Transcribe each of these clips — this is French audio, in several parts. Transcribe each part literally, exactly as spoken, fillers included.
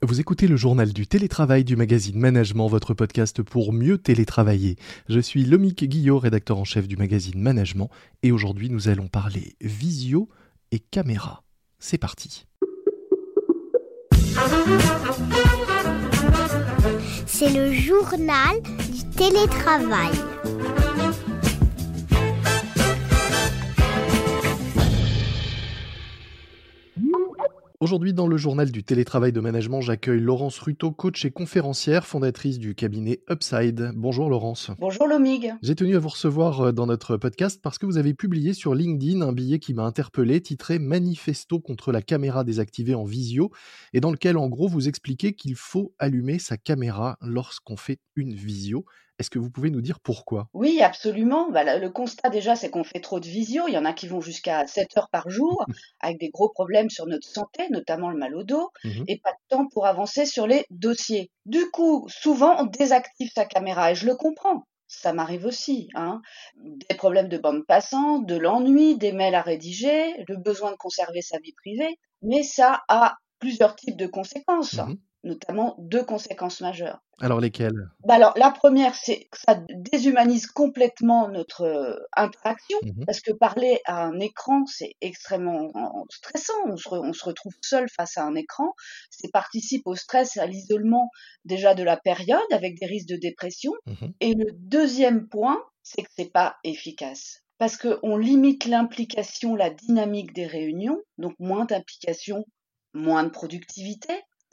Vous écoutez le journal du télétravail du magazine Management, votre podcast pour mieux télétravailler. Je suis Lomique Guillot, rédacteur en chef du magazine Management, et aujourd'hui nous allons parler visio et caméra. C'est parti. C'est le journal du télétravail. Aujourd'hui, dans le journal du télétravail de management, j'accueille Laurence Ruteau, coach et conférencière, fondatrice du cabinet Upside. Bonjour Laurence. Bonjour Lomig. J'ai tenu à vous recevoir dans notre podcast parce que vous avez publié sur LinkedIn un billet qui m'a interpellé, titré « Manifesto contre la caméra désactivée en visio » et dans lequel, en gros, vous expliquez qu'il faut allumer sa caméra lorsqu'on fait une visio. Est-ce que vous pouvez nous dire pourquoi ? Oui, absolument. Bah, le constat déjà, c'est qu'on fait trop de visio. Il y en a qui vont jusqu'à sept heures par jour, avec des gros problèmes sur notre santé, notamment le mal au dos, Mhm. et pas de temps pour avancer sur les dossiers. Du coup, souvent, on désactive sa caméra, et je le comprends. Ça m'arrive aussi, hein. Des problèmes de bande passante, de l'ennui, des mails à rédiger, le besoin de conserver sa vie privée. Mais ça a plusieurs types de conséquences, Mhm. notamment deux conséquences majeures. Alors lesquelles ? Bah alors, la première, c'est que ça déshumanise complètement notre euh, interaction, Mhm. parce que parler à un écran, c'est extrêmement euh, stressant. On se, re- on se retrouve seul face à un écran. Ça participe au stress et à l'isolement déjà de la période, avec des risques de dépression. Mhm. Et le deuxième point, c'est que c'est pas efficace. Parce qu'on limite l'implication, la dynamique des réunions, donc moins d'implication, moins de productivité.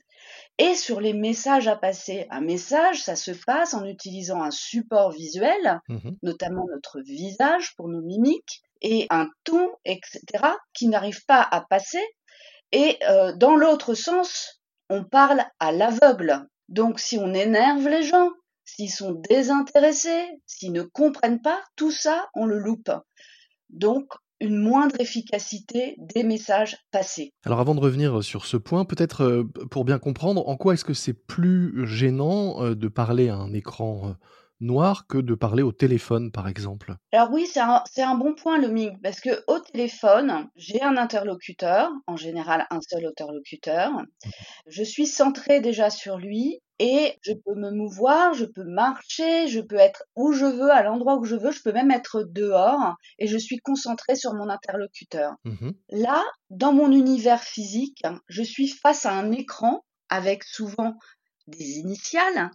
Et sur les messages à passer, un message, ça se passe en utilisant un support visuel, Mhm. notamment notre visage pour nos mimiques, et un ton, et cetera, qui n'arrive pas à passer. Et euh, dans l'autre sens, on parle à l'aveugle. Donc si on énerve les gens, s'ils sont désintéressés, s'ils ne comprennent pas, tout ça, on le loupe. Donc, une moindre efficacité des messages passés. Alors avant de revenir sur ce point, peut-être euh, pour bien comprendre, en quoi est-ce que c'est plus gênant euh, de parler à un écran euh, noir que de parler au téléphone, par exemple ? Alors oui, c'est un, c'est un bon point, le M I G, parce que au téléphone, j'ai un interlocuteur, en général un seul interlocuteur. Je suis centrée déjà sur lui et je peux me mouvoir, je peux marcher, je peux être où je veux, à l'endroit où je veux, je peux même être dehors et je suis concentrée sur mon interlocuteur. Mhm. Là, dans mon univers physique, je suis face à un écran avec souvent des initiales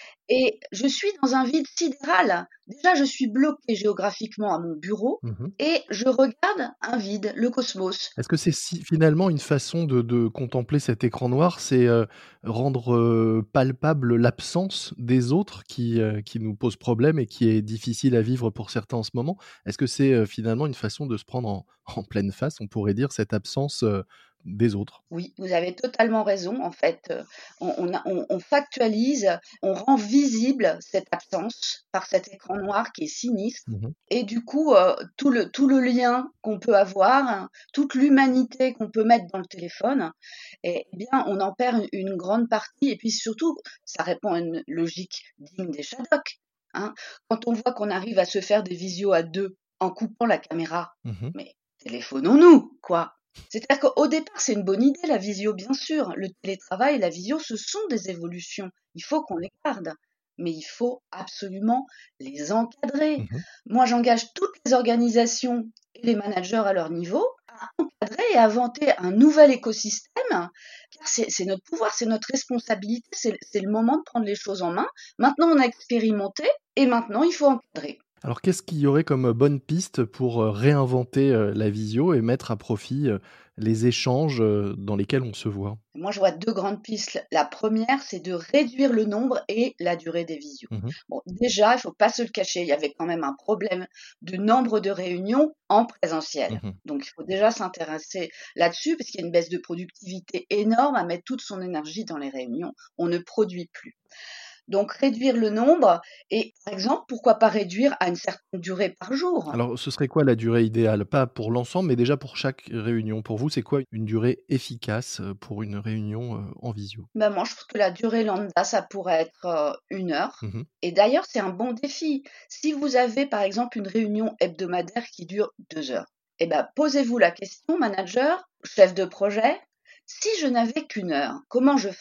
et je suis dans un vide sidéral. Déjà, je suis bloquée géographiquement à mon bureau Mhm. et je regarde un vide, le cosmos. Est-ce que c'est si, finalement une façon de, de contempler cet écran noir, c'est euh, rendre euh, palpable l'absence des autres qui, euh, qui nous pose problème et qui est difficile à vivre pour certains en ce moment ? Est-ce que c'est euh, finalement une façon de se prendre en, en pleine face, on pourrait dire, cette absence euh, des autres ? Oui, vous avez totalement raison. En fait, euh, on, on, a- on- on factualise, on rend visible cette absence par cet écran noir qui est sinistre. Mhm. Et du coup, euh, tout le, tout le lien qu'on peut avoir, hein, toute l'humanité qu'on peut mettre dans le téléphone, eh bien, on en perd une, une grande partie. Et puis surtout, ça répond à une logique digne des Shadocks, hein. Quand on voit qu'on arrive à se faire des visios à deux en coupant la caméra, Mhm. mais téléphonons-nous, quoi. C'est-à-dire qu'au départ, c'est une bonne idée, la visio, bien sûr. Le télétravail et la visio, ce sont des évolutions. Il faut qu'on les garde, mais il faut absolument les encadrer. Mhm. Moi, j'engage toutes les organisations et les managers à leur niveau à encadrer et à inventer un nouvel écosystème, car c'est, c'est notre pouvoir, c'est notre responsabilité, c'est, c'est le moment de prendre les choses en main. Maintenant, on a expérimenté et maintenant, il faut encadrer. Alors qu'est-ce qu'il y aurait comme bonne piste pour euh, réinventer euh, la visio et mettre à profit euh, les échanges euh, dans lesquels on se voit ? Moi, je vois deux grandes pistes. La première, c'est de réduire le nombre et la durée des visios. Mhm. Bon, déjà, il faut pas se le cacher, il y avait quand même un problème de nombre de réunions en présentiel. Mhm. Donc, il faut déjà s'intéresser là-dessus parce qu'il y a une baisse de productivité énorme à mettre toute son énergie dans les réunions. On ne produit plus. Donc, réduire le nombre et, par exemple, pourquoi pas réduire à une certaine durée par jour? Alors, ce serait quoi la durée idéale ? Pas pour l'ensemble, mais déjà pour chaque réunion. Pour vous, c'est quoi une durée efficace euh, pour une réunion euh, en visio ? Ben moi, je trouve que la durée lambda, ça pourrait être euh, une heure. Mhm. Et d'ailleurs, c'est un bon défi. Si vous avez, par exemple, une réunion hebdomadaire qui dure deux heures, eh ben, posez-vous la question, manager, chef de projet, si je n'avais qu'une heure, comment je ferais?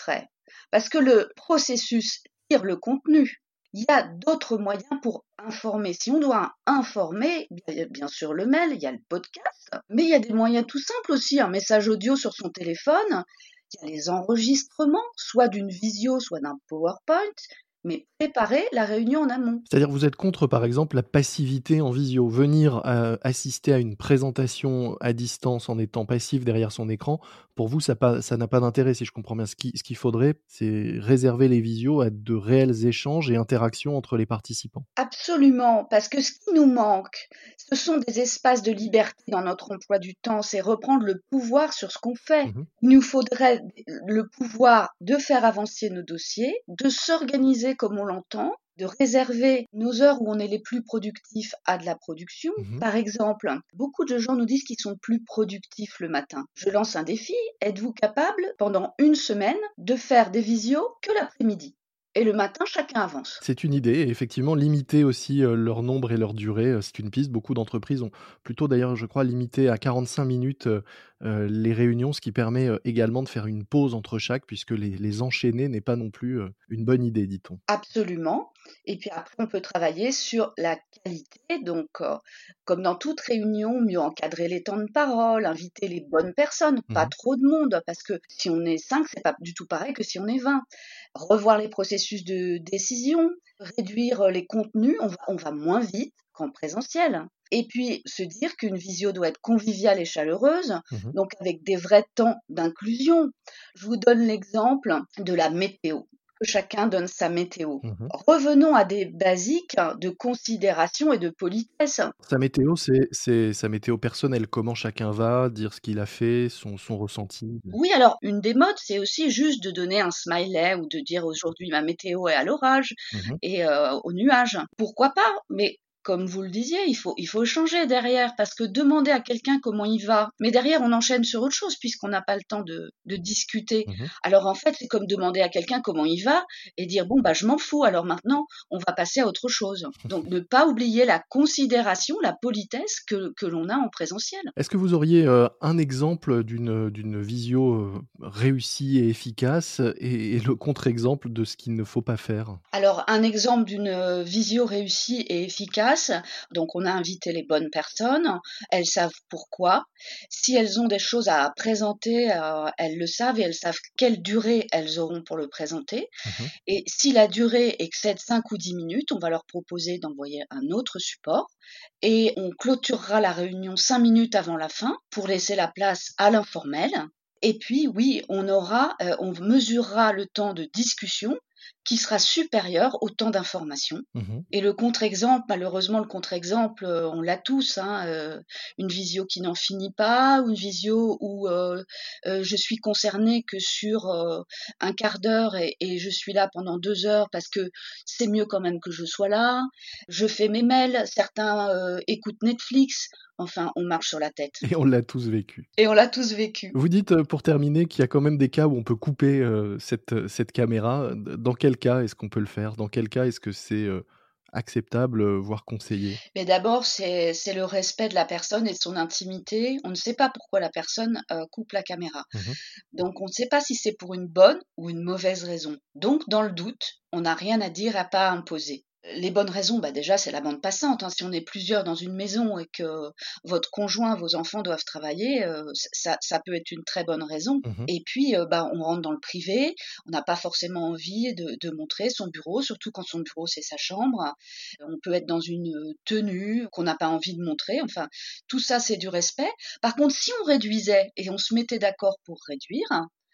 parce que le processus tire le contenu. Il y a d'autres moyens pour informer. Si on doit informer, il y a bien sûr le mail, il y a le podcast, mais il y a des moyens tout simples aussi, un message audio sur son téléphone, il y a les enregistrements, soit d'une visio, soit d'un PowerPoint, mais préparer la réunion en amont. C'est-à-dire que vous êtes contre, par exemple, la passivité en visio. Venir euh, assister à une présentation à distance en étant passif derrière son écran, pour vous, ça pas- ça n'a pas d'intérêt, si je comprends bien. Ce qui- ce qu'il faudrait, c'est réserver les visios à de réels échanges et interactions entre les participants. Absolument, parce que ce qui nous manque, ce sont des espaces de liberté dans notre emploi du temps, c'est reprendre le pouvoir sur ce qu'on fait. Mhm. Il nous faudrait le pouvoir de faire avancer nos dossiers, de s'organiser comme on l'entend, de réserver nos heures où on est les plus productifs à de la production. Mhm. Par exemple, beaucoup de gens nous disent qu'ils sont plus productifs le matin. Je lance un défi, êtes-vous capable pendant une semaine de faire des visios que l'après-midi ? Et le matin, chacun avance. C'est une idée et effectivement limiter aussi, heu, leur nombre et leur durée, heu, c'est une piste. Beaucoup d'entreprises ont plutôt d'ailleurs, je crois, limité à quarante-cinq minutes, heu heu, les réunions, ce qui permet, heu, également de faire une pause entre chaque puisque les les enchaîner n'est pas non plus, heu, une bonne idée, dit-on. Absolument. Et puis après, on peut travailler sur la qualité. Donc, euh, comme dans toute réunion, mieux encadrer les temps de parole, inviter les bonnes personnes, pas Mmh. trop de monde, parce que si on est cinq, c'est pas du tout pareil que si on est vingt. Revoir les processus de décision, réduire les contenus, on va, on va moins vite qu'en présentiel. Et puis se dire qu'une visio doit être conviviale et chaleureuse, Mmh. donc avec des vrais temps d'inclusion. Je vous donne l'exemple de la météo, que chacun donne sa météo. Mmh. Revenons à des basiques de considération et de politesse. Sa météo, c'est c'est sa météo personnelle, comment chacun va, dire ce qu'il a fait, son son ressenti. Oui, alors une des modes, c'est aussi juste de donner un smiley ou de dire aujourd'hui ma météo est à l'orage Mmh. et euh, au nuage. Pourquoi pas? Mais comme vous le disiez, il faut, il faut changer derrière parce que demander à quelqu'un comment il va, mais derrière on enchaîne sur autre chose puisqu'on n'a pas le temps de, de discuter. Mmh. Alors en fait, c'est comme demander à quelqu'un comment il va et dire bon bah je m'en fous. Alors maintenant, on va passer à autre chose. Donc ne pas oublier la considération, la politesse que, que l'on a en présentiel. Est-ce que vous auriez, heu, un exemple d'une, d'une visio, heu, réussie et efficace et et le contre-exemple de ce qu'il ne faut pas faire? Alors, un exemple d'une euh, visio réussie et efficace, donc on a invité les bonnes personnes, elles savent pourquoi. Si elles ont des choses à présenter, euh, elles le savent et elles savent quelle durée elles auront pour le présenter. Mmh. Et si la durée excède cinq ou dix minutes, on va leur proposer d'envoyer un autre support et on clôturera la réunion cinq minutes avant la fin pour laisser la place à l'informel. Et puis, oui, on aura, euh, on mesurera le temps de discussion qui sera supérieur au temps d'information. Mmh. Et le contre-exemple, malheureusement, le contre-exemple, euh, on l'a tous, hein, euh, une visio qui n'en finit pas, ou une visio où euh, euh, je suis concernée que sur euh, un quart d'heure et, et je suis là pendant deux heures parce que c'est mieux quand même que je sois là. Je fais mes mails, certains euh, écoutent Netflix. Enfin, on marche sur la tête. Et on l'a tous vécu. Et on l'a tous vécu. Vous dites, heu, pour terminer, qu'il y a quand même des cas où on peut couper, heu, cette, heu, cette caméra. D Dans quel cas est-ce qu'on peut le faire? Dans quel cas est-ce que c'est, heu, acceptable, heu, voire conseillé? Mais d'abord, c'est c'est le respect de la personne et de son intimité. On ne sait pas pourquoi la personne euh, coupe la caméra. Mmh. Donc, on ne sait pas si c'est pour une bonne ou une mauvaise raison. Donc, dans le doute, on n'a rien à dire, à pas imposer. Les bonnes raisons, bah déjà, c'est la bande passante, hein. Si on est plusieurs dans une maison et que votre conjoint, vos enfants doivent travailler, euh, ça, ça peut être une très bonne raison. Mmh. Et puis, euh, bah, on rentre dans le privé, on n'a pas forcément envie de, de montrer son bureau, surtout quand son bureau, c'est sa chambre. On peut être dans une tenue qu'on n'a pas envie de montrer. Enfin, tout ça, c'est du respect. Par contre, si on réduisait et on se mettait d'accord pour réduire,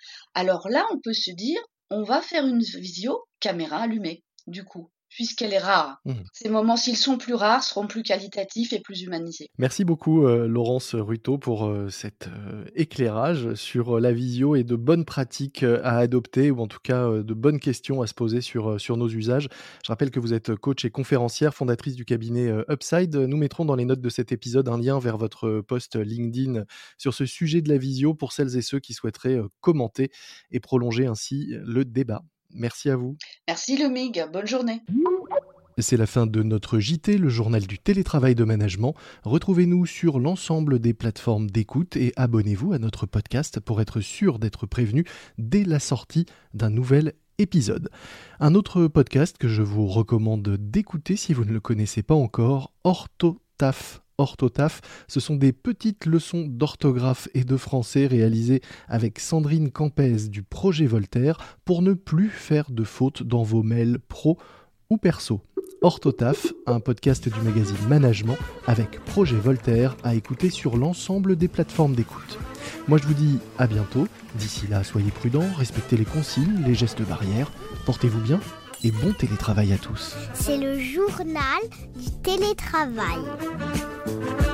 alors là, on peut se dire, on va faire une visio caméra allumée, du coup, puisqu'elle est rare. Mmh. Ces moments, s'ils sont plus rares, seront plus qualitatifs et plus humanisés. Merci beaucoup, heu, Laurence Ruteau pour, heu, cet, heu, éclairage sur, heu, la visio et de bonnes pratiques, heu, à adopter ou en tout cas, heu, de bonnes questions à se poser sur, heu, sur nos usages. Je rappelle que vous êtes coach et conférencière, fondatrice du cabinet, heu, Upside. Nous mettrons dans les notes de cet épisode un lien vers votre, post LinkedIn sur ce sujet de la visio pour celles et ceux qui souhaiteraient, heu, commenter et prolonger ainsi le débat. Merci à vous. Merci Lomig, bonne journée. C'est la fin de notre J T, le journal du télétravail de management. Retrouvez-nous sur l'ensemble des plateformes d'écoute et abonnez-vous à notre podcast pour être sûr d'être prévenu dès la sortie d'un nouvel épisode. Un autre podcast que je vous recommande d'écouter si vous ne le connaissez pas encore, Orthotaf. Orthotaf, ce sont des petites leçons d'orthographe et de français réalisées avec Sandrine Campès du projet Voltaire pour ne plus faire de fautes dans vos mails pro ou perso. Orthotaf, un podcast du magazine Management avec projet Voltaire à écouter sur l'ensemble des plateformes d'écoute. Moi je vous dis à bientôt, d'ici là soyez prudents, respectez les consignes, les gestes barrières, portez-vous bien et bon télétravail à tous. C'est le journal du télétravail.